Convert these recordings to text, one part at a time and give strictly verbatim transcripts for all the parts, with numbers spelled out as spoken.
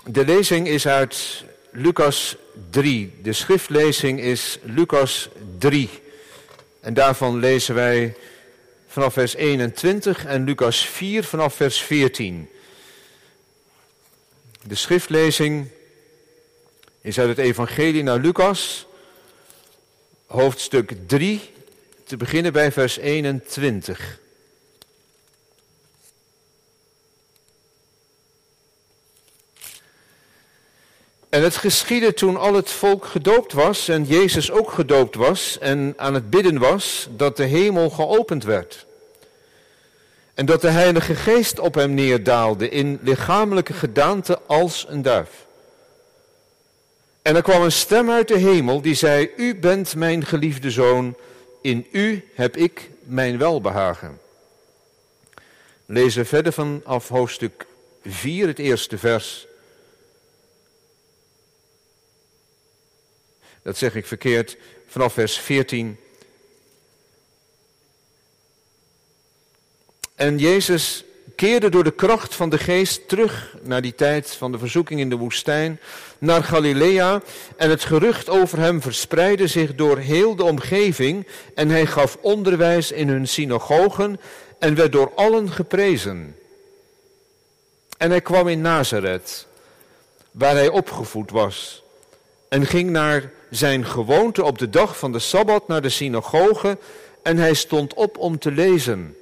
De lezing is uit Lucas drie. De schriftlezing is Lucas drie. En daarvan lezen wij vanaf vers eenentwintig en Lucas vier vanaf vers veertien. De schriftlezing is uit het evangelie naar Lucas, hoofdstuk drie, te beginnen bij vers eenentwintig. En het geschiedde toen al het volk gedoopt was en Jezus ook gedoopt was en aan het bidden was, dat de hemel geopend werd. En dat de Heilige Geest op hem neerdaalde in lichamelijke gedaante als een duif. En er kwam een stem uit de hemel die zei, u bent mijn geliefde zoon, in u heb ik mijn welbehagen. Lezen we verder vanaf hoofdstuk vier, het eerste vers. Dat zeg ik verkeerd, vanaf vers veertien. En Jezus keerde door de kracht van de geest terug naar die tijd van de verzoeking in de woestijn, naar Galilea. En het gerucht over hem verspreidde zich door heel de omgeving. En hij gaf onderwijs in hun synagogen en werd door allen geprezen. En hij kwam in Nazareth, waar hij opgevoed was. En ging naar zijn gewoonte op de dag van de Sabbat naar de synagoge. En hij stond op om te lezen.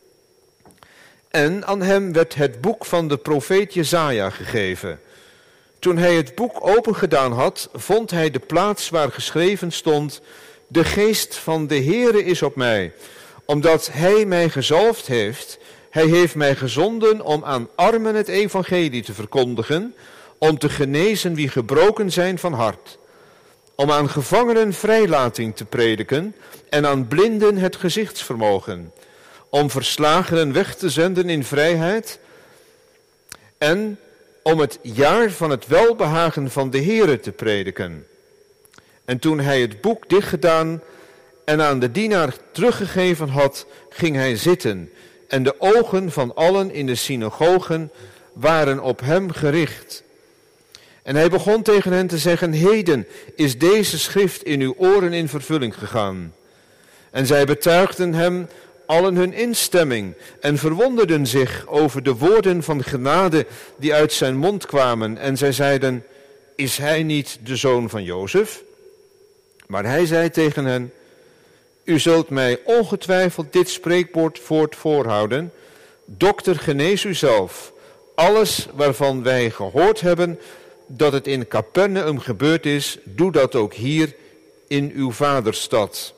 En aan hem werd het boek van de profeet Jesaja gegeven. Toen hij het boek opengedaan had, vond hij de plaats waar geschreven stond, de geest van de Heere is op mij, omdat hij mij gezalfd heeft. Hij heeft mij gezonden om aan armen het evangelie te verkondigen, om te genezen wie gebroken zijn van hart, om aan gevangenen vrijlating te prediken en aan blinden het gezichtsvermogen, om verslagenen weg te zenden in vrijheid en om het jaar van het welbehagen van de Heere te prediken. En toen hij het boek dichtgedaan en aan de dienaar teruggegeven had, ging hij zitten. En de ogen van allen in de synagogen waren op hem gericht. En hij begon tegen hen te zeggen, heden is deze schrift in uw oren in vervulling gegaan. En zij betuigden hem allen hun instemming en verwonderden zich over de woorden van genade die uit zijn mond kwamen. En zij zeiden, is hij niet de zoon van Jozef? Maar hij zei tegen hen, u zult mij ongetwijfeld dit spreekwoord voort voorhouden. Dokter, genees u zelf. Alles waarvan wij gehoord hebben dat het in Capernaum gebeurd is, doe dat ook hier in uw vaderstad.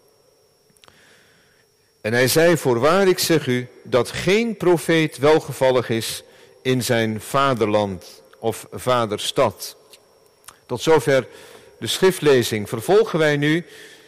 En hij zei, voorwaar ik zeg u, dat geen profeet welgevallig is in zijn vaderland of vaderstad. Tot zover de schriftlezing. Vervolgen wij nu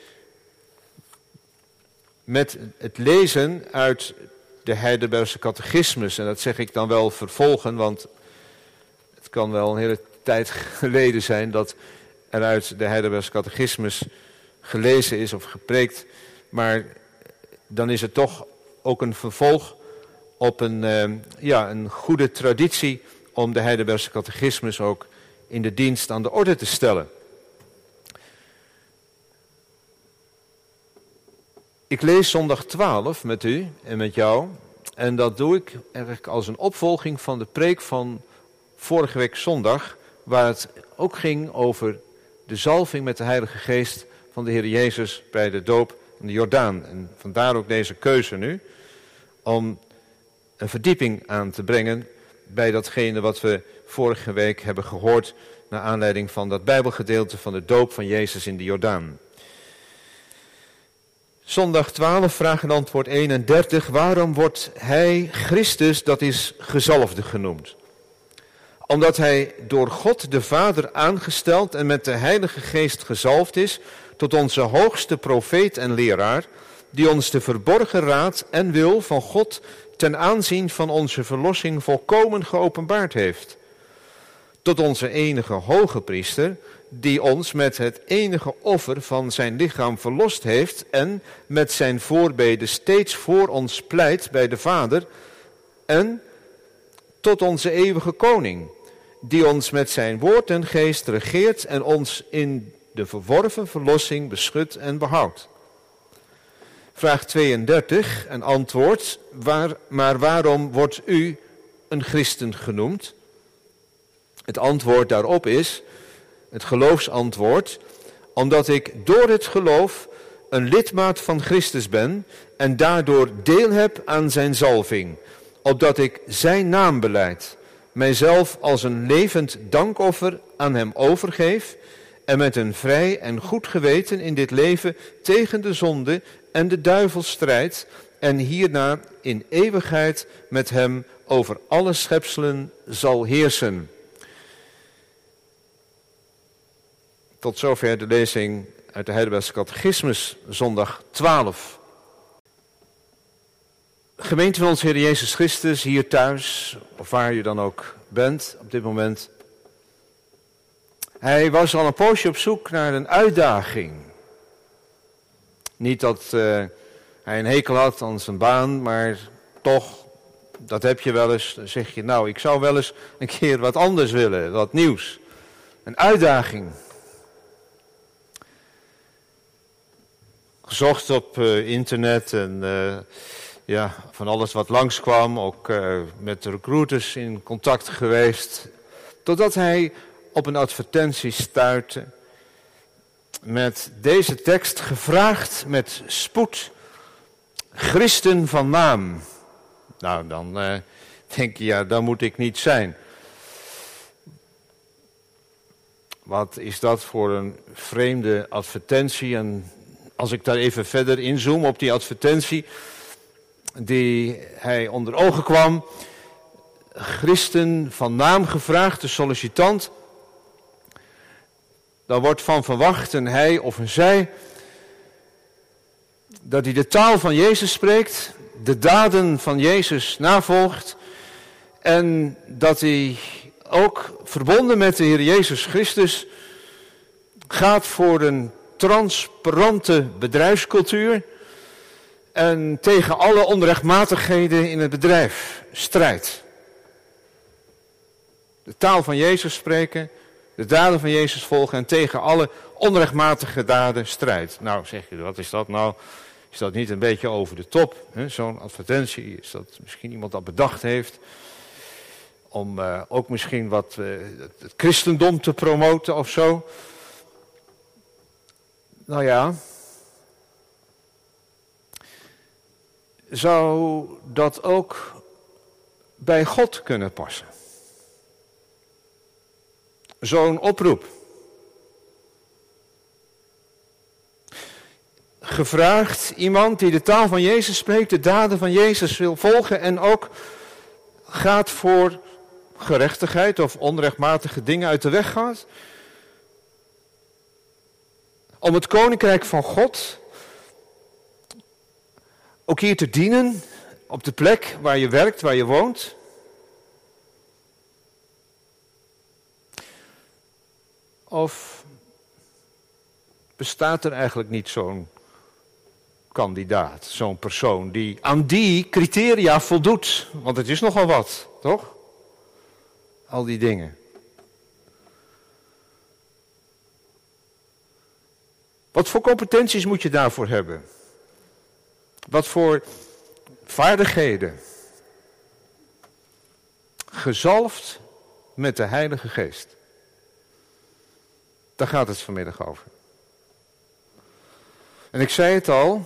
met het lezen uit de Heidelbergse catechismus. En dat zeg ik dan wel vervolgen, want het kan wel een hele tijd geleden zijn dat er uit de Heidelbergse catechismus gelezen is of gepreekt. Maar dan is het toch ook een vervolg op een, uh, ja, een goede traditie om de Heidelbergse catechismus ook in de dienst aan de orde te stellen. Ik lees zondag twaalf met u en met jou en dat doe ik eigenlijk als een opvolging van de preek van vorige week zondag, waar het ook ging over de zalving met de Heilige Geest van de Heer Jezus bij de doop in de Jordaan. En vandaar ook deze keuze nu, om een verdieping aan te brengen bij datgene wat we vorige week hebben gehoord, naar aanleiding van dat Bijbelgedeelte van de doop van Jezus in de Jordaan. Zondag twaalf, vraag en antwoord eenendertig. Waarom wordt hij Christus, dat is gezalfde, genoemd? Omdat hij door God de Vader aangesteld en met de Heilige Geest gezalfd is tot onze hoogste profeet en leraar, die ons de verborgen raad en wil van God ten aanzien van onze verlossing volkomen geopenbaard heeft. Tot onze enige hoge priester, die ons met het enige offer van zijn lichaam verlost heeft en met zijn voorbeden steeds voor ons pleit bij de Vader, en tot onze eeuwige koning, die ons met zijn woord en geest regeert en ons in de verworven verlossing beschut en behoudt. Vraag tweeëndertig, een antwoord, waar, maar waarom wordt u een christen genoemd? Het antwoord daarop is, het geloofsantwoord, omdat ik door het geloof een lidmaat van Christus ben en daardoor deel heb aan zijn zalving, opdat ik zijn naam belijd, mijzelf als een levend dankoffer aan hem overgeef en met een vrij en goed geweten in dit leven tegen de zonde en de duivel strijd en hierna in eeuwigheid met hem over alle schepselen zal heersen. Tot zover de lezing uit de Heidelbergse Catechismus, zondag twaalf. Gemeente van onze Heer Jezus Christus, hier thuis, of waar u dan ook bent op dit moment. Hij was al een poosje op zoek naar een uitdaging. Niet dat uh, hij een hekel had aan zijn baan, maar toch, dat heb je wel eens. Dan zeg je, nou, ik zou wel eens een keer wat anders willen, wat nieuws. Een uitdaging. Gezocht op uh, internet en uh, ja, van alles wat langskwam, ook uh, met recruiters in contact geweest. Totdat hij op een advertentie stuitte met deze tekst, gevraagd met spoed, christen van naam. Nou, dan uh, denk je, ja, daar moet ik niet zijn. Wat is dat voor een vreemde advertentie? En als ik daar even verder inzoom op die advertentie die hij onder ogen kwam, christen van naam gevraagd, de sollicitant, dan wordt van verwacht een hij of een zij dat hij de taal van Jezus spreekt, de daden van Jezus navolgt en dat hij ook verbonden met de Heer Jezus Christus gaat voor een transparante bedrijfscultuur en tegen alle onrechtmatigheden in het bedrijf strijdt. De taal van Jezus spreken, de daden van Jezus volgen en tegen alle onrechtmatige daden strijdt. Nou, zeg je, wat is dat nou? Is dat niet een beetje over de top? Zo'n advertentie, is dat misschien iemand dat bedacht heeft om uh, ook misschien wat uh, het christendom te promoten of zo? Nou ja, zou dat ook bij God kunnen passen? Zo'n oproep. Gevraagd iemand die de taal van Jezus spreekt, de daden van Jezus wil volgen en ook gaat voor gerechtigheid of onrechtmatige dingen uit de weg gaat. Om het koninkrijk van God ook hier te dienen op de plek waar je werkt, waar je woont. Of bestaat er eigenlijk niet zo'n kandidaat, zo'n persoon die aan die criteria voldoet? Want het is nogal wat, toch? Al die dingen. Wat voor competenties moet je daarvoor hebben? Wat voor vaardigheden? Gezalfd met de Heilige Geest. Daar gaat het vanmiddag over. En ik zei het al,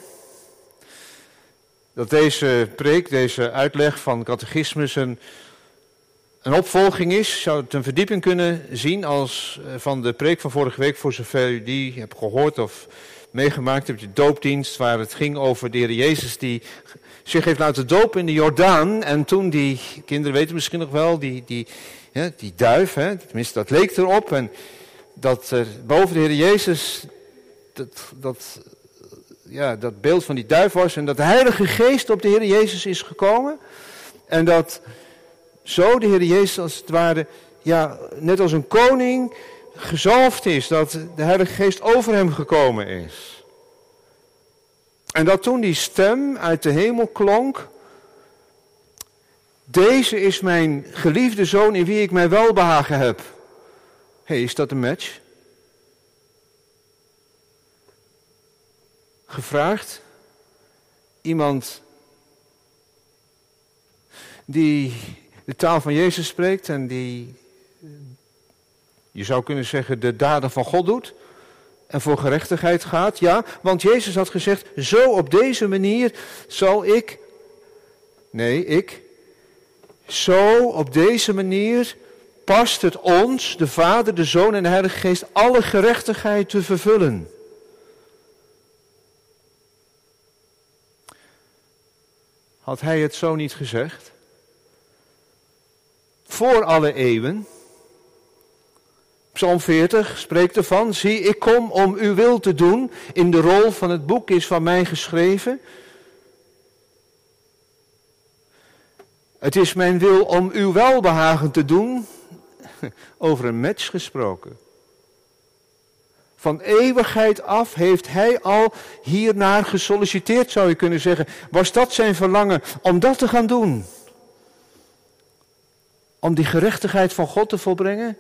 dat deze preek, deze uitleg van catechismus een, een opvolging is. Je zou het een verdieping kunnen zien als van de preek van vorige week, voor zover u die hebt gehoord of meegemaakt hebt, de doopdienst, waar het ging over de Heer Jezus die zich heeft laten dopen in de Jordaan. En toen die, kinderen weten misschien nog wel, die, die, ja, die duif, hè, tenminste dat leek erop. En dat er boven de Heer Jezus dat, dat, ja, dat beeld van die duif was en dat de Heilige Geest op de Heer Jezus is gekomen. En dat zo de Heer Jezus als het ware, ja, net als een koning gezalfd is, dat de Heilige Geest over hem gekomen is. En dat toen die stem uit de hemel klonk, Deze is mijn geliefde zoon in wie ik mij welbehagen heb. Hé, hey, is dat een match? Gevraagd. Iemand die de taal van Jezus spreekt en die, je zou kunnen zeggen, de daden van God doet en voor gerechtigheid gaat. Ja, want Jezus had gezegd, zo op deze manier zal ik, nee, ik, zo op deze manier past het ons, de Vader, de Zoon en de Heilige Geest, alle gerechtigheid te vervullen. Had hij het zo niet gezegd? Voor alle eeuwen. Psalm veertig spreekt ervan. Zie, ik kom om uw wil te doen. In de rol van het boek is van mij geschreven. Het is mijn wil om uw welbehagen te doen. Over een match gesproken. Van eeuwigheid af heeft hij al hiernaar gesolliciteerd, zou je kunnen zeggen. Was dat zijn verlangen om dat te gaan doen? Om die gerechtigheid van God te volbrengen?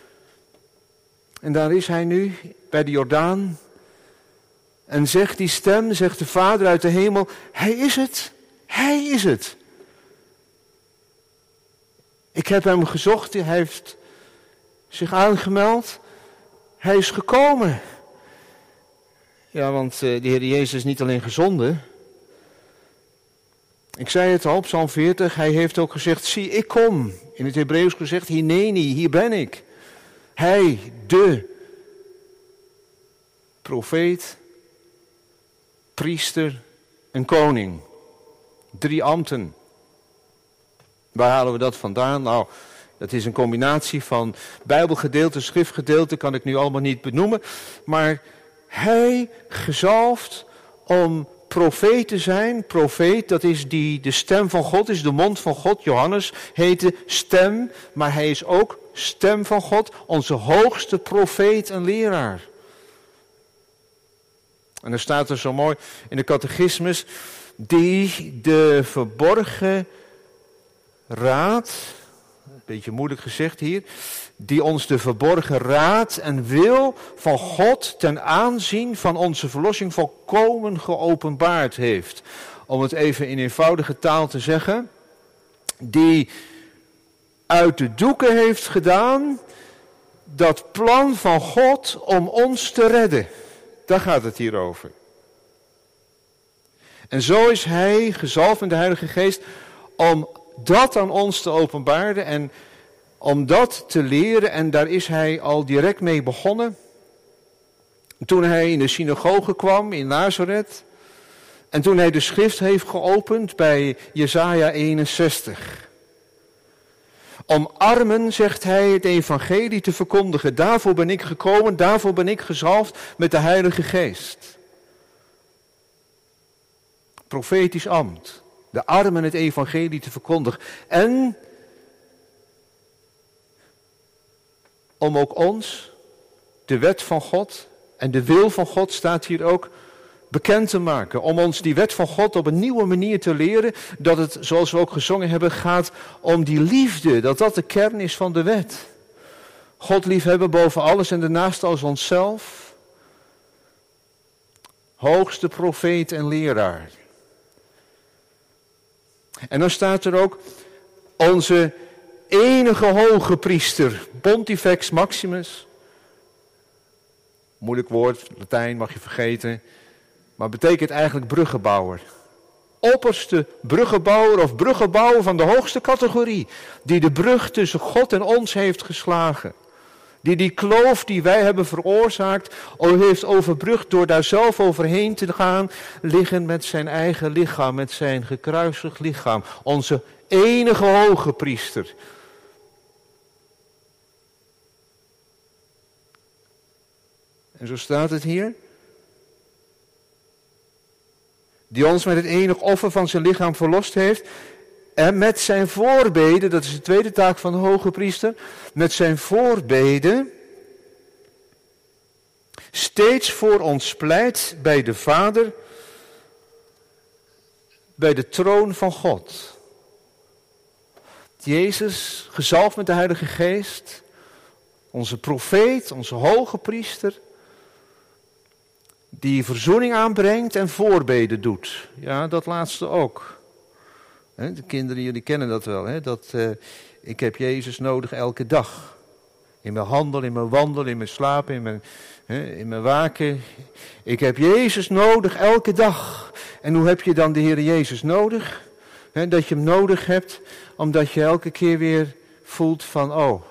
En daar is hij nu bij de Jordaan. En zegt die stem, zegt de Vader uit de hemel, hij is het, hij is het. Ik heb hem gezocht, hij heeft zich aangemeld. Hij is gekomen. Ja, want de Heer Jezus is niet alleen gezonden. Ik zei het al, op Psalm veertig, hij heeft ook gezegd, zie, ik kom. In het Hebreeuws gezegd, hineni, hier ben ik. Hij, de profeet, priester en koning. Drie ambten. Waar halen we dat vandaan? Nou, dat is een combinatie van bijbelgedeelten, schriftgedeelten, kan ik nu allemaal niet benoemen. Maar hij gezalfd om profeet te zijn. Profeet, dat is die de stem van God, is de mond van God. Johannes heette stem, maar hij is ook stem van God, onze hoogste profeet en leraar. En dan staat er zo mooi in de catechismus, die de verborgen raad, een beetje moeilijk gezegd hier, die ons de verborgen raad en wil van God ten aanzien van onze verlossing volkomen geopenbaard heeft. Om het even in eenvoudige taal te zeggen, die uit de doeken heeft gedaan dat plan van God om ons te redden. Daar gaat het hier over. En zo is hij gezalfd met de Heilige Geest om dat aan ons te openbaren en om dat te leren. En daar is hij al direct mee begonnen. Toen hij in de synagoge kwam in Nazareth. En toen hij de schrift heeft geopend bij Jesaja eenenzestig. Om armen, zegt hij, het evangelie te verkondigen. Daarvoor ben ik gekomen, daarvoor ben ik gezalfd met de Heilige Geest. Profetisch ambt. De armen het evangelie te verkondigen. En om ook ons, de wet van God en de wil van God staat hier ook bekend te maken. Om ons die wet van God op een nieuwe manier te leren. Dat het, zoals we ook gezongen hebben, gaat om die liefde. Dat dat de kern is van de wet. God liefhebben boven alles en de naaste als onszelf. Hoogste profeet en leraar. En dan staat er ook onze enige hoge priester, Pontifex Maximus. Moeilijk woord, Latijn mag je vergeten. Maar betekent eigenlijk bruggenbouwer. Opperste bruggenbouwer of bruggenbouwer van de hoogste categorie. Die de brug tussen God en ons heeft geslagen. Die die kloof die wij hebben veroorzaakt, heeft overbrugd door daar zelf overheen te gaan, liggen met zijn eigen lichaam, met zijn gekruisigd lichaam. Onze enige hoge priester. En zo staat het hier. Die ons met het enig offer van zijn lichaam verlost heeft. En met zijn voorbeden, dat is de tweede taak van de hoge priester, met zijn voorbeden steeds voor ons pleit bij de Vader, bij de troon van God. Jezus, gezalfd met de Heilige Geest, onze profeet, onze hoge priester, die verzoening aanbrengt en voorbeden doet. Ja, dat laatste ook. De kinderen, jullie kennen dat wel. Hè? Dat, uh, ik heb Jezus nodig elke dag. In mijn handel, in mijn wandel, in mijn slapen, in mijn, hè, in mijn waken. Ik heb Jezus nodig elke dag. En hoe heb je dan de Heer Jezus nodig? Hè, dat je hem nodig hebt, omdat je elke keer weer voelt van, oh,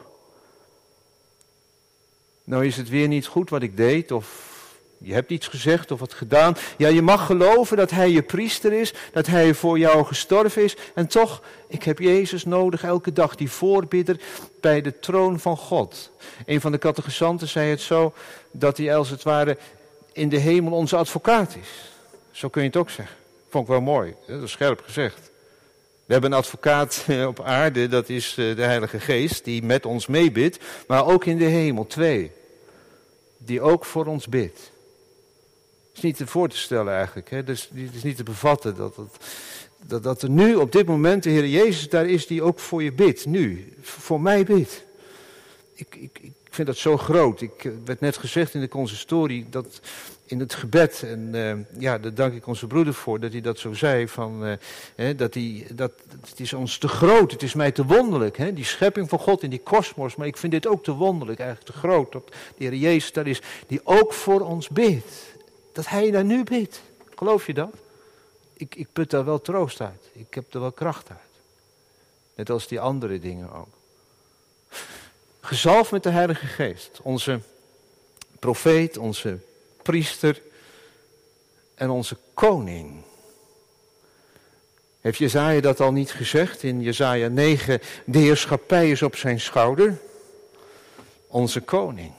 nou is het weer niet goed wat ik deed, of je hebt iets gezegd of wat gedaan. Ja, je mag geloven dat hij je priester is, dat hij voor jou gestorven is. En toch, ik heb Jezus nodig elke dag, die voorbidder bij de troon van God. Een van de catechisanten zei het zo, dat hij als het ware in de hemel onze advocaat is. Zo kun je het ook zeggen. Vond ik wel mooi, dat is scherp gezegd. We hebben een advocaat op aarde, dat is de Heilige Geest, die met ons meebidt. Maar ook in de hemel, twee, die ook voor ons bidt. Het is niet te voor te stellen eigenlijk. Hè? Dus, het is niet te bevatten dat, het, dat, dat er nu op dit moment de Heer Jezus daar is die ook voor je bidt. Nu, voor mij bidt. Ik, ik, ik vind dat zo groot. Ik werd net gezegd in de consistorie dat in het gebed, en uh, ja, daar dank ik onze broeder voor dat hij dat zo zei, van, uh, hè, dat, hij, dat het is ons te groot, het is mij te wonderlijk, hè, die schepping van God in die kosmos, maar ik vind dit ook te wonderlijk, eigenlijk te groot, dat de Heer Jezus daar is, die ook voor ons bidt. Dat hij daar nu bidt. Geloof je dat? Ik, ik put daar wel troost uit. Ik heb er wel kracht uit. Net als die andere dingen ook. Gezalfd met de Heilige Geest. Onze profeet, onze priester en onze koning. Heeft Jesaja dat al niet gezegd in Jesaja negen? De heerschappij is op zijn schouder. Onze koning.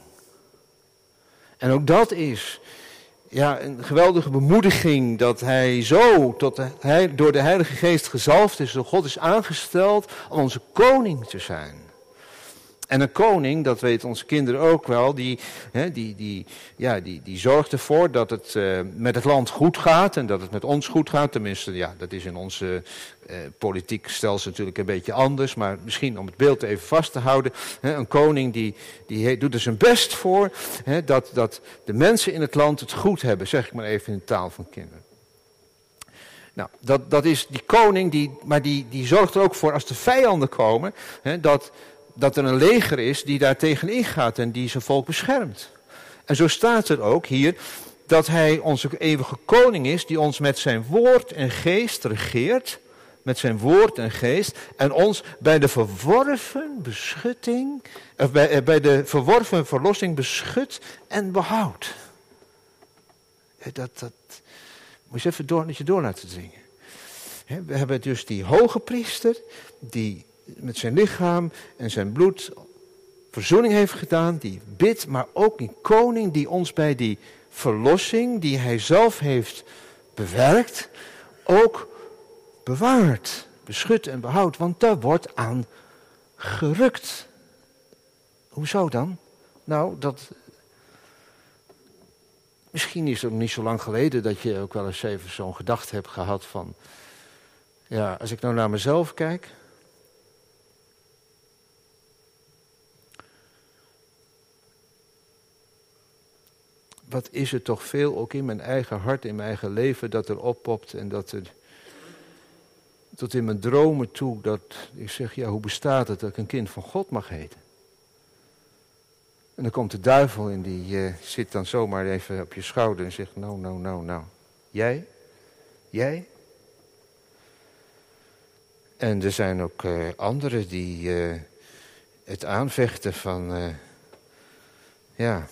En ook dat is ja, een geweldige bemoediging dat hij zo tot de, hij, door de Heilige Geest gezalfd is, door God is aangesteld om onze koning te zijn. En een koning, dat weten onze kinderen ook wel, die, hè, die, die, ja, die, die zorgt ervoor dat het uh, met het land goed gaat en dat het met ons goed gaat. Tenminste, ja, dat is in onze uh, politiek stelsel natuurlijk een beetje anders, maar misschien om het beeld even vast te houden. Hè, een koning die, die doet er zijn best voor hè, dat, dat de mensen in het land het goed hebben, zeg ik maar even in de taal van kinderen. Nou, dat, dat is die koning, die, maar die, die zorgt er ook voor als de vijanden komen, hè, dat... dat er een leger is die daar tegenin gaat en die zijn volk beschermt. En zo staat er ook hier dat hij onze eeuwige koning is die ons met zijn woord en geest regeert. Met zijn woord en geest. En ons bij de verworven beschutting, of bij, bij de verworven verlossing beschut en behoudt. Dat, dat moet je even door, met je door laten dringen. We hebben dus die hoge priester die met zijn lichaam en zijn bloed verzoening heeft gedaan, die bidt, maar ook die koning die ons bij die verlossing, die hij zelf heeft bewerkt, ook bewaart, beschut en behoudt, want daar wordt aan gerukt. Hoezo dan? Nou, dat... Misschien is het nog niet zo lang geleden dat je ook wel eens even zo'n gedachte hebt gehad van, ja, als ik nou naar mezelf kijk, wat is er toch veel, ook in mijn eigen hart, in mijn eigen leven, dat er oppopt en dat er, tot in mijn dromen toe, dat ik zeg, ja, hoe bestaat het dat ik een kind van God mag heten? En dan komt de duivel en die uh, zit dan zomaar even op je schouder en zegt, nou, nou, nou, nou, jij? Jij? En er zijn ook uh, anderen die uh, het aanvechten van, uh, ja...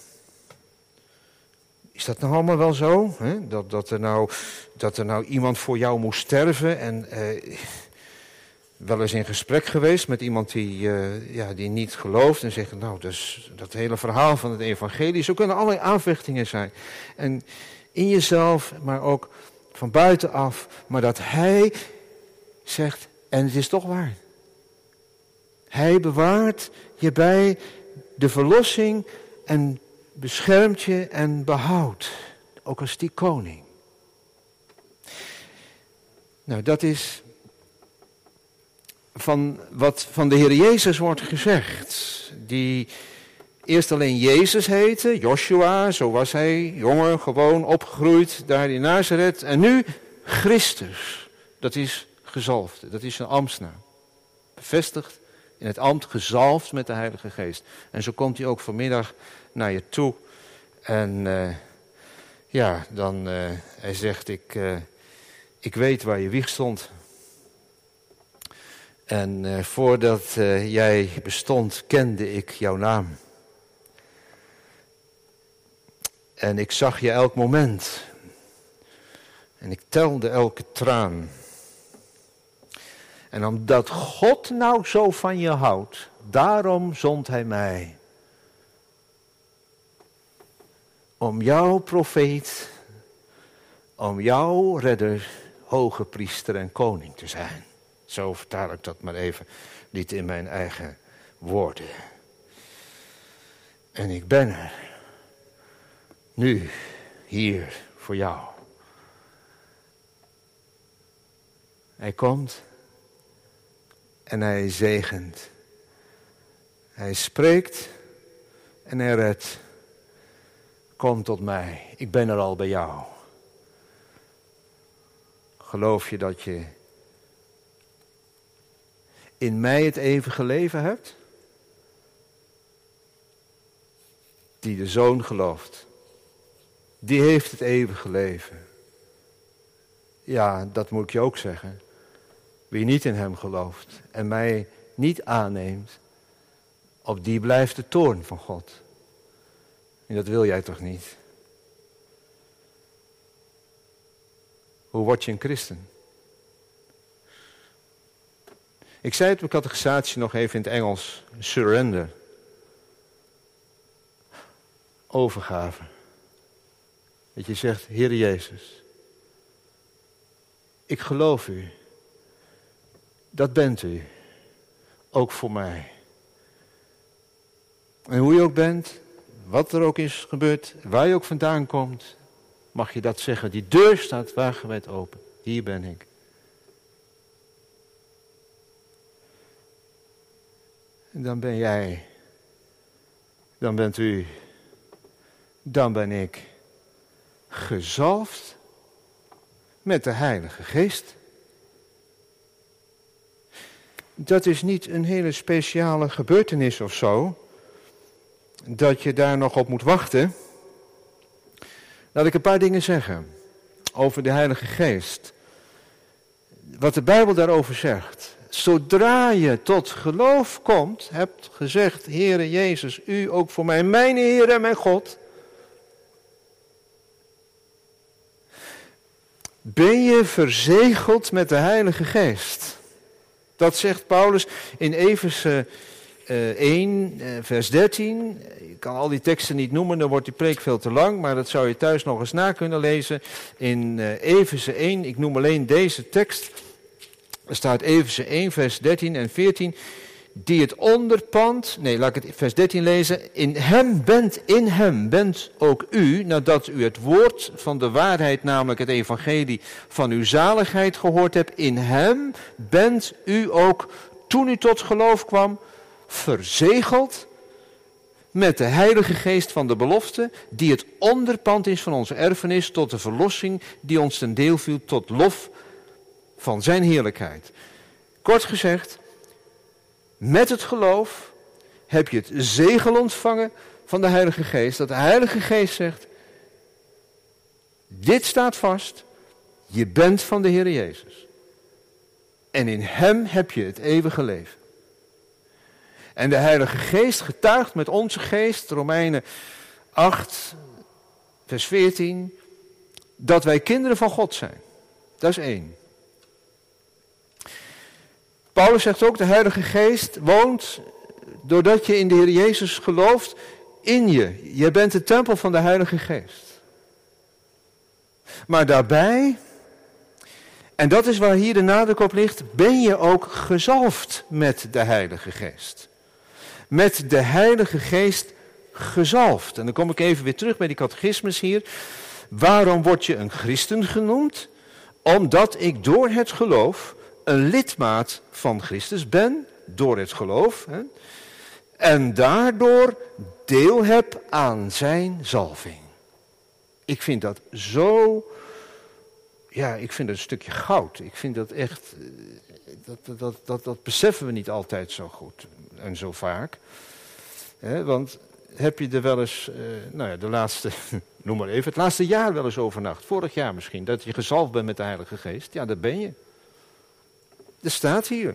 Is dat nou allemaal wel zo? Hè? Dat, dat, er nou, dat er nou iemand voor jou moest sterven en uh, wel eens in gesprek geweest met iemand die, uh, ja, die niet gelooft en zegt, nou, dus dat hele verhaal van het evangelie, zo kunnen allerlei aanvechtingen zijn. En in jezelf, maar ook van buitenaf, maar dat hij zegt, en het is toch waar. Hij bewaart je bij de verlossing en beschermt je en behoudt, ook als die koning. Nou, dat is van wat van de Heer Jezus wordt gezegd. Die eerst alleen Jezus heette, Joshua, zo was hij, jongen, gewoon opgegroeid daar in Nazareth. En nu Christus, dat is gezalfde, dat is zijn ambtsnaam. Bevestigd in het ambt, gezalfd met de Heilige Geest. En zo komt hij ook vanmiddag naar je toe. En uh, ja, dan, uh, hij zegt, ik, uh, ik weet waar je wieg stond. En uh, voordat uh, jij bestond, kende ik jouw naam. En ik zag je elk moment. En ik telde elke traan. En omdat God nou zo van je houdt, daarom zond hij mij. Om jouw profeet, om jouw redder, hoge priester en koning te zijn. Zo vertaal ik dat maar even, niet in mijn eigen woorden. En ik ben er, nu, hier, voor jou. Hij komt en hij zegent. Hij spreekt en hij redt. Kom tot mij, ik ben er al bij jou. Geloof je dat je in mij het eeuwige leven hebt? Die de Zoon gelooft, die heeft het eeuwige leven. Ja, dat moet ik je ook zeggen. Wie niet in hem gelooft en mij niet aanneemt, op die blijft de toorn van God. En dat wil jij toch niet? Hoe word je een christen? Ik zei het op mijn catechisatie nog even in het Engels. Surrender. Overgave. Dat je zegt, Heer Jezus, ik geloof u. Dat bent u. Ook voor mij. En hoe je ook bent, wat er ook is gebeurd, waar je ook vandaan komt, mag je dat zeggen. Die deur staat wagenwijd open. Hier ben ik. En dan ben jij, dan bent u, dan ben ik gezalfd met de Heilige Geest. Dat is niet een hele speciale gebeurtenis of zo, dat je daar nog op moet wachten. Laat ik een paar dingen zeggen over de Heilige Geest. Wat de Bijbel daarover zegt. Zodra je tot geloof komt, hebt gezegd, Heere Jezus, u ook voor mij, mijn Heer en mijn God. Ben je verzegeld met de Heilige Geest? Dat zegt Paulus in Efeze uh, één, uh, vers dertien. Ik kan al die teksten niet noemen, dan wordt die preek veel te lang. Maar dat zou je thuis nog eens na kunnen lezen. In uh, Efeze één, ik noem alleen deze tekst. Er staat Efeze één, vers dertien en veertien. Die het onderpand, nee laat ik het vers dertien lezen. In hem bent, in hem bent ook u, nadat u het woord van de waarheid, namelijk het evangelie van uw zaligheid gehoord hebt. In hem bent u ook, toen u tot geloof kwam, verzegeld met de Heilige Geest van de belofte, die het onderpand is van onze erfenis tot de verlossing die ons ten deel viel tot lof van zijn heerlijkheid. Kort gezegd, met het geloof heb je het zegel ontvangen van de Heilige Geest. Dat de Heilige Geest zegt, dit staat vast, je bent van de Heer Jezus. En in hem heb je het eeuwige leven. En de Heilige Geest getuigt met onze geest, Romeinen acht, vers veertien, dat wij kinderen van God zijn. Dat is één. Paulus zegt ook, de Heilige Geest woont, doordat je in de Heer Jezus gelooft, in je. Je bent de tempel van de Heilige Geest. Maar daarbij, en dat is waar hier de nadruk op ligt, ben je ook gezalfd met de Heilige Geest. Met de Heilige Geest gezalfd. En dan kom ik even weer terug bij die catechismus hier. Waarom word je een christen genoemd? Omdat ik door het geloof een lidmaat van Christus ben, door het geloof, hè, en daardoor deel heb aan zijn zalving. Ik vind dat zo, ja, ik vind dat een stukje goud. Ik vind dat echt, dat, dat, dat, dat beseffen we niet altijd zo goed en zo vaak. Hè, want heb je er wel eens, uh, nou ja, de laatste, noem maar even, het laatste jaar wel eens overnacht, vorig jaar misschien, dat je gezalfd bent met de Heilige Geest? Ja, dat ben je. Dat staat hier.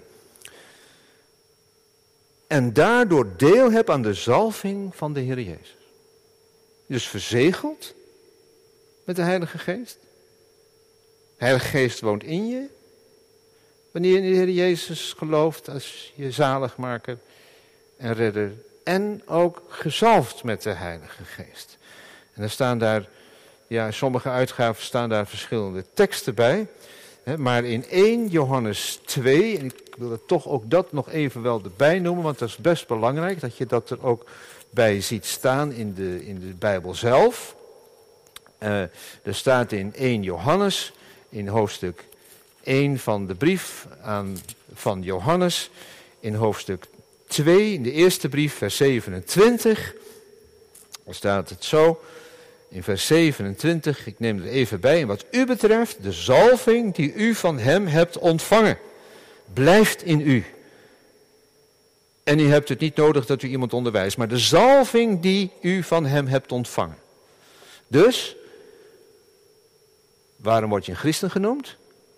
En daardoor deel heb aan de zalving van de Heer Jezus. Dus verzegeld met de Heilige Geest. De Heilige Geest woont in je. Wanneer je in de Heer Jezus gelooft als je zaligmaker en redder. En ook gezalfd met de Heilige Geest. En er staan daar, ja, in sommige uitgaven staan daar verschillende teksten bij. Hè, maar in eerste Johannes twee, en ik wil er toch ook dat nog even wel erbij noemen, want dat is best belangrijk, dat je dat er ook bij ziet staan in de, in de Bijbel zelf. Uh, er staat in eerste Johannes, in hoofdstuk één van de brief aan, van Johannes, in hoofdstuk twee, in de eerste brief, vers zevenentwintig, daar staat het zo, in vers zevenentwintig, ik neem er even bij, en wat u betreft, de zalving die u van hem hebt ontvangen, blijft in u. En u hebt het niet nodig dat u iemand onderwijst, maar de zalving die u van hem hebt ontvangen. Dus, waarom word je een christen genoemd?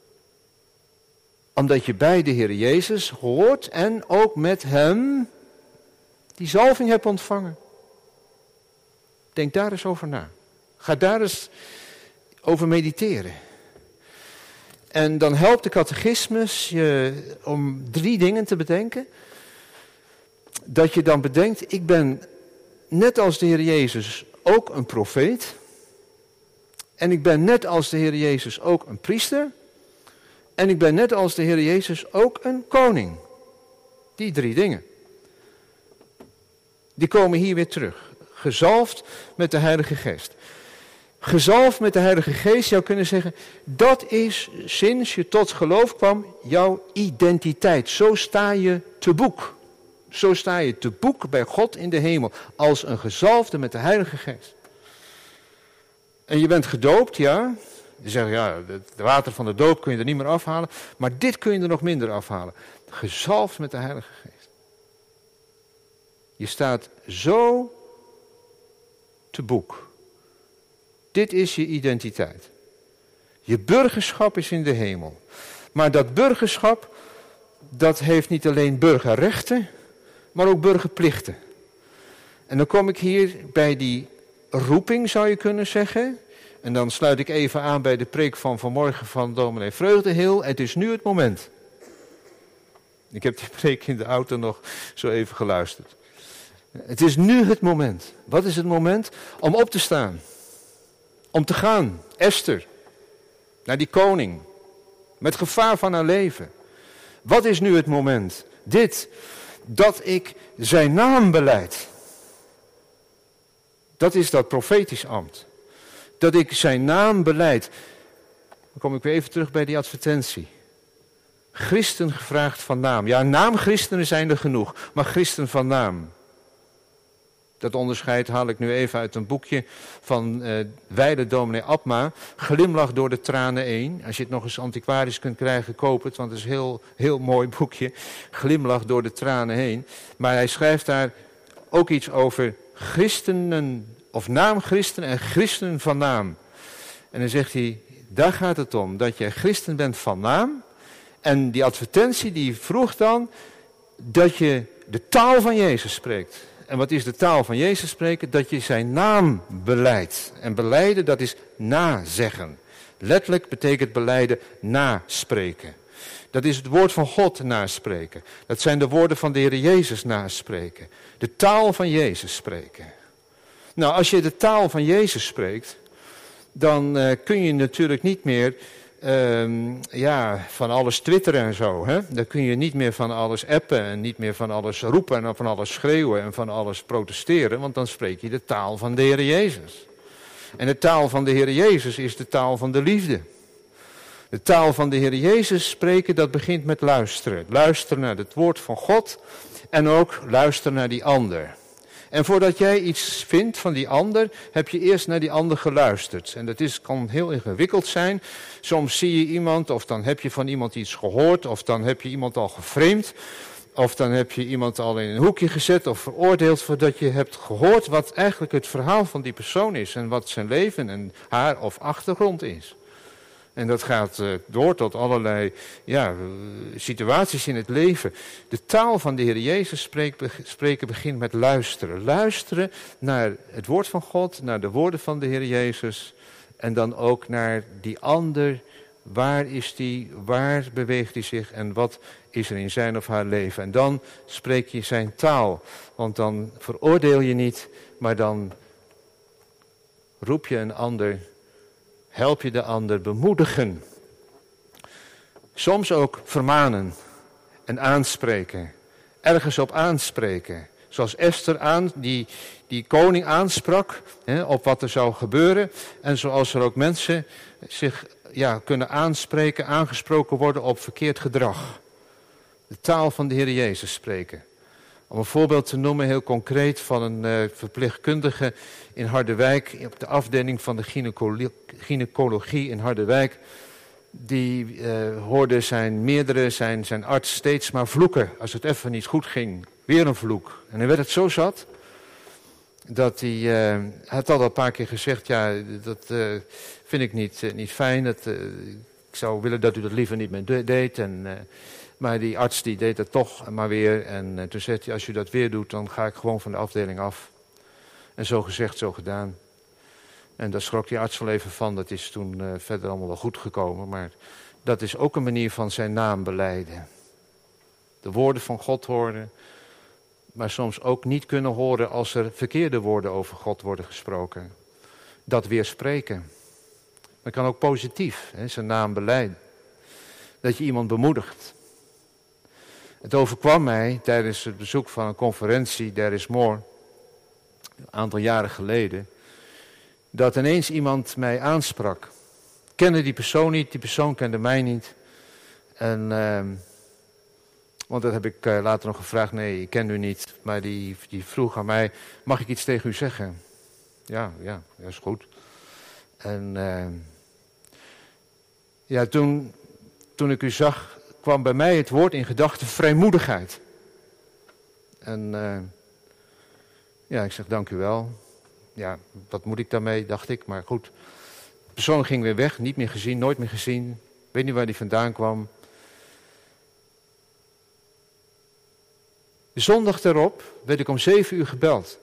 Omdat je bij de Heer Jezus hoort en ook met hem die zalving hebt ontvangen. Denk daar eens over na. Ga daar eens over mediteren. En dan helpt de catechismus je om drie dingen te bedenken. Dat je dan bedenkt, ik ben net als de Heer Jezus ook een profeet. En ik ben net als de Heer Jezus ook een priester. En ik ben net als de Heer Jezus ook een koning. Die drie dingen. Die komen hier weer terug. Gezalfd met de Heilige Geest. Gezalfd met de Heilige Geest zou kunnen zeggen, dat is sinds je tot geloof kwam jouw identiteit. Zo sta je te boek. Zo sta je te boek bij God in de hemel. Als een gezalfde met de Heilige Geest. En je bent gedoopt, ja. Je zegt, ja, het water van de doop kun je er niet meer afhalen. Maar dit kun je er nog minder afhalen. Gezalfd met de Heilige Geest. Je staat zo te boek. Dit is je identiteit. Je burgerschap is in de hemel. Maar dat burgerschap, dat heeft niet alleen burgerrechten, maar ook burgerplichten. En dan kom ik hier bij die roeping, zou je kunnen zeggen. En dan sluit ik even aan bij de preek van vanmorgen van dominee Vreugdeheel. Het is nu het moment. Ik heb die preek in de auto nog zo even geluisterd. Het is nu het moment. Wat is het moment? Om op te staan. Om te gaan. Esther. Naar die koning. Met gevaar van haar leven. Wat is nu het moment? Dit. Dat ik zijn naam belijd. Dat is dat profetisch ambt. Dat ik zijn naam belijd. Dan kom ik weer even terug bij die advertentie. Christen gevraagd van naam. Ja, naamchristenen zijn er genoeg. Maar christen van naam. Dat onderscheid haal ik nu even uit een boekje van uh, wijle dominee Abma. Glimlach door de tranen heen. Als je het nog eens antiquarisch kunt krijgen, koop het. Want het is een heel, heel mooi boekje. Glimlach door de tranen heen. Maar hij schrijft daar ook iets over christenen, of naamchristenen en christenen van naam. En dan zegt hij, daar gaat het om. Dat je christen bent van naam. En die advertentie die vroeg dan dat je de taal van Jezus spreekt. En wat is de taal van Jezus spreken? Dat je zijn naam beleidt. En belijden, dat is nazeggen. Letterlijk betekent belijden naspreken. Dat is het woord van God naspreken. Dat zijn de woorden van de Heer Jezus naspreken. De taal van Jezus spreken. Nou, als je de taal van Jezus spreekt, dan uh, kun je natuurlijk niet meer uh, ja, van alles twitteren en zo. Hè? Dan kun je niet meer van alles appen en niet meer van alles roepen en van alles schreeuwen en van alles protesteren, want dan spreek je de taal van de Heer Jezus. En de taal van de Heer Jezus is de taal van de liefde. De taal van de Heer Jezus spreken, dat begint met luisteren. Luisteren naar het woord van God en ook luisteren naar die ander. En voordat jij iets vindt van die ander, heb je eerst naar die ander geluisterd. En dat is, kan heel ingewikkeld zijn. Soms zie je iemand, of dan heb je van iemand iets gehoord, of dan heb je iemand al geframed, of dan heb je iemand al in een hoekje gezet of veroordeeld voordat je hebt gehoord wat eigenlijk het verhaal van die persoon is en wat zijn leven en haar of achtergrond is. En dat gaat uh, door tot allerlei ja, situaties in het leven. De taal van de Heer Jezus spreekt, spreken begint met luisteren. Luisteren naar het woord van God, naar de woorden van de Heer Jezus. En dan ook naar die ander. Waar is die, waar beweegt hij zich en wat is er in zijn of haar leven. En dan spreek je zijn taal. Want dan veroordeel je niet, maar dan roep je een ander. Help je de ander, bemoedigen. Soms ook vermanen en aanspreken. Ergens op aanspreken. Zoals Esther aan, die, die koning aansprak hè, op wat er zou gebeuren. En zoals er ook mensen zich ja, kunnen aanspreken, aangesproken worden op verkeerd gedrag. De taal van de Heer Jezus spreken. Om een voorbeeld te noemen, heel concreet, van een uh, verpleegkundige in Harderwijk, op de afdeling van de gynaecologie, gynaecologie in Harderwijk. Die uh, hoorde zijn meerdere, zijn, zijn arts steeds maar vloeken als het even niet goed ging. Weer een vloek. En hij werd het zo zat, dat hij, uh, hij had al een paar keer gezegd, ja, dat uh, vind ik niet, uh, niet fijn. Dat, uh, ik zou willen dat u dat liever niet meer deed. En... Uh, Maar die arts die deed het toch maar weer. En uh, toen zei hij, als u dat weer doet, dan ga ik gewoon van de afdeling af. En zo gezegd, zo gedaan. En daar schrok die arts wel even van. Dat is toen uh, verder allemaal wel goed gekomen. Maar dat is ook een manier van zijn naam belijden. De woorden van God horen. Maar soms ook niet kunnen horen als er verkeerde woorden over God worden gesproken. Dat weer spreken. Maar kan ook positief, hè, zijn naam belijden. Dat je iemand bemoedigt. Het overkwam mij tijdens het bezoek van een conferentie, There is More, een aantal jaren geleden, dat ineens iemand mij aansprak. Ik kende die persoon niet, die persoon kende mij niet. En, uh, want dat heb ik uh, later nog gevraagd, nee, ik ken u niet. Maar die, die vroeg aan mij, mag ik iets tegen u zeggen? Ja, ja, dat is goed. En uh, ja, toen, toen ik u zag, kwam bij mij het woord in gedachten vrijmoedigheid. En uh, ja, ik zeg dank u wel. Ja, wat moet ik daarmee, dacht ik, maar goed. De persoon ging weer weg, niet meer gezien, nooit meer gezien. Weet niet waar die vandaan kwam. De zondag daarop werd ik om zeven uur gebeld.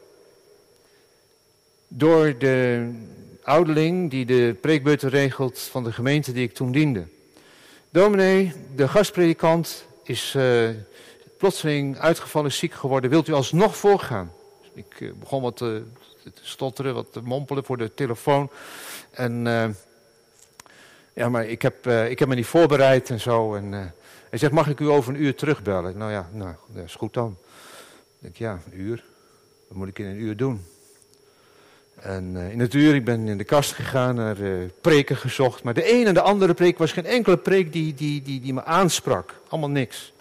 Door de ouderling die de preekbeurten regelt van de gemeente die ik toen diende. Dominee, de gastpredikant is uh, plotseling uitgevallen, ziek geworden. Wilt u alsnog voorgaan? Ik uh, begon wat te, te stotteren, wat te mompelen voor de telefoon. En uh, ja, maar ik heb, uh, ik heb me niet voorbereid en zo. En uh, hij zegt, mag ik u over een uur terugbellen? Nou ja, nou, dat is goed dan. Ik denk, ja, een uur. Wat moet ik in een uur doen? En uh, in het uur, ik ben in de kast gegaan, naar uh, preken gezocht. Maar de een en de andere preek was geen enkele preek die, die, die, die me aansprak. Allemaal niks.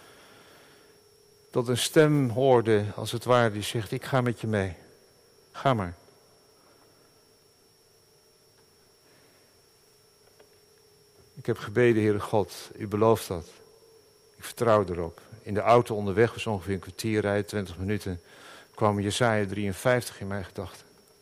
Tot een stem hoorde, als het ware, die zegt, ik ga met je mee. Ga maar. Ik heb gebeden, Heere God, u belooft dat. Ik vertrouw erop. In de auto onderweg, was ongeveer een kwartier rijden, twintig minuten, kwam Jesaja drieënvijftig in mijn gedachten.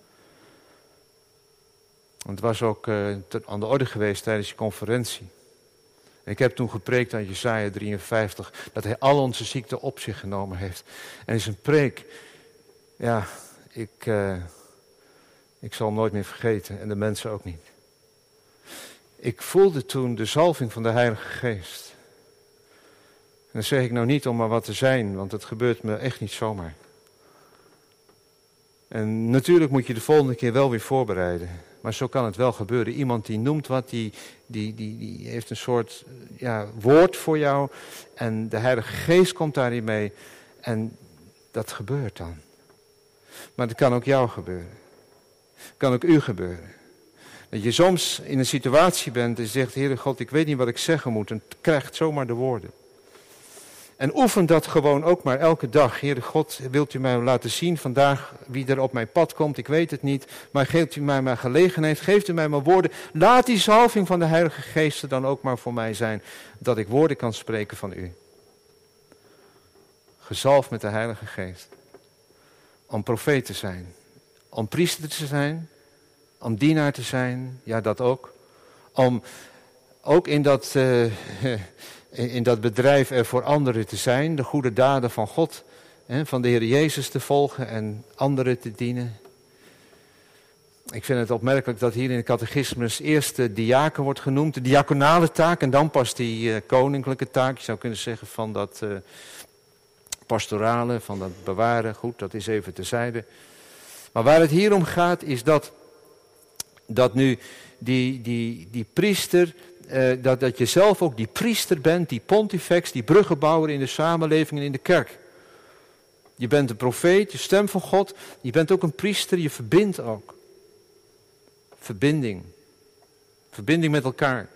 Het was ook uh, aan de orde geweest tijdens die conferentie. En ik heb toen gepreekt aan Jesaja drieënvijftig, dat hij al onze ziekten op zich genomen heeft. En het is een preek, ja, ik, uh, ik zal hem nooit meer vergeten en de mensen ook niet. Ik voelde toen de zalving van de Heilige Geest. En dat zeg ik nou niet om maar wat te zijn, want het gebeurt me echt niet zomaar. En natuurlijk moet je de volgende keer wel weer voorbereiden. Maar zo kan het wel gebeuren. Iemand die noemt wat, die, die, die, die heeft een soort ja, woord voor jou. En de Heilige Geest komt daarin mee. En dat gebeurt dan. Maar het kan ook jou gebeuren. Het kan ook u gebeuren. Dat je soms in een situatie bent en je zegt, Heere God, ik weet niet wat ik zeggen moet. En krijgt zomaar de woorden. En oefen dat gewoon ook maar elke dag. Heere God, wilt u mij laten zien vandaag wie er op mijn pad komt? Ik weet het niet. Maar geeft u mij maar gelegenheid, geeft u mij maar woorden. Laat die zalving van de Heilige Geest er dan ook maar voor mij zijn. Dat ik woorden kan spreken van u. Gezalfd met de Heilige Geest. Om profeet te zijn. Om priester te zijn. Om dienaar te zijn. Ja, dat ook. Om ook in dat... Uh, in dat bedrijf er voor anderen te zijn, de goede daden van God, hè, van de Heer Jezus te volgen en anderen te dienen. Ik vind het opmerkelijk dat hier in de catechismus eerst de diaken wordt genoemd, de diaconale taak en dan pas die uh, koninklijke taak. Je zou kunnen zeggen van dat uh, pastorale, van dat bewaren, goed, dat is even terzijde. Maar waar het hier om gaat is dat, dat nu die, die, die priester... Uh, dat, dat je zelf ook die priester bent, die pontifex, die bruggenbouwer in de samenleving en in de kerk. Je bent een profeet, je stem van God. Je bent ook een priester, je verbindt ook. Verbinding. Verbinding met elkaar.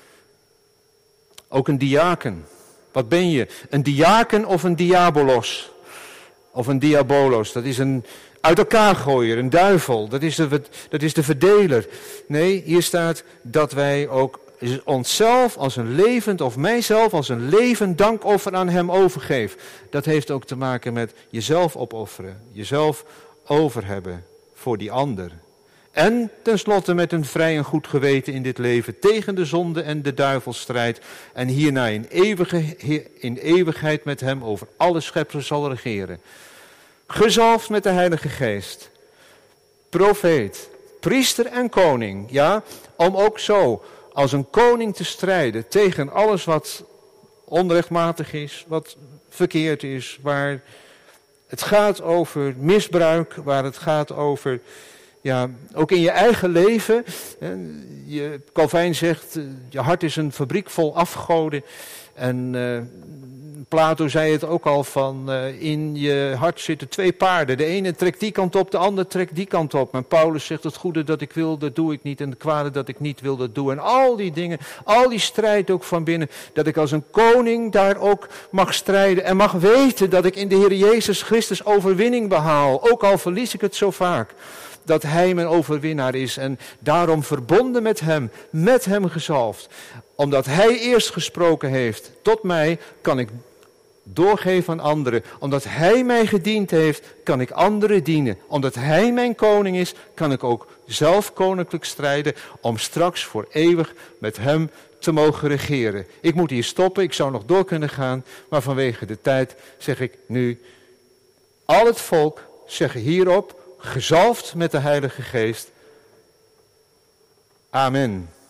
Ook een diaken. Wat ben je? Een diaken of een diabolos? Of een diabolos, dat is een uit elkaar gooier, een duivel. Dat is de, dat is de verdeler. Nee, hier staat dat wij ook onszelf als een levend, of mijzelf als een levend dankoffer aan hem overgeef. Dat heeft ook te maken met jezelf opofferen. Jezelf over hebben voor die ander. En tenslotte met een vrij en goed geweten in dit leven tegen de zonde en de duivelstrijd. En hierna in, eeuwige, in eeuwigheid met hem over alle schepselen zal regeren. Gezalfd met de Heilige Geest. Profeet, priester en koning. Ja, om ook zo als een koning te strijden tegen alles wat onrechtmatig is, wat verkeerd is, waar het gaat over misbruik, waar het gaat over, ja, ook in je eigen leven. Je, Calvijn zegt, je hart is een fabriek vol afgoden. En uh, Plato zei het ook al van, uh, in je hart zitten twee paarden. De ene trekt die kant op, de ander trekt die kant op. En Paulus zegt, het goede dat ik wil, dat doe ik niet. En het kwade dat ik niet wil, dat doe. En al die dingen, al die strijd ook van binnen. Dat ik als een koning daar ook mag strijden. En mag weten dat ik in de Heer Jezus Christus overwinning behaal. Ook al verlies ik het zo vaak. Dat hij mijn overwinnaar is en daarom verbonden met hem, met hem gezalfd. Omdat hij eerst gesproken heeft tot mij, kan ik doorgeven aan anderen. Omdat hij mij gediend heeft, kan ik anderen dienen. Omdat hij mijn koning is, kan ik ook zelf koninklijk strijden om straks voor eeuwig met hem te mogen regeren. Ik moet hier stoppen, ik zou nog door kunnen gaan, maar vanwege de tijd zeg ik nu, al het volk zeggen hierop, gezalfd met de Heilige Geest. Amen.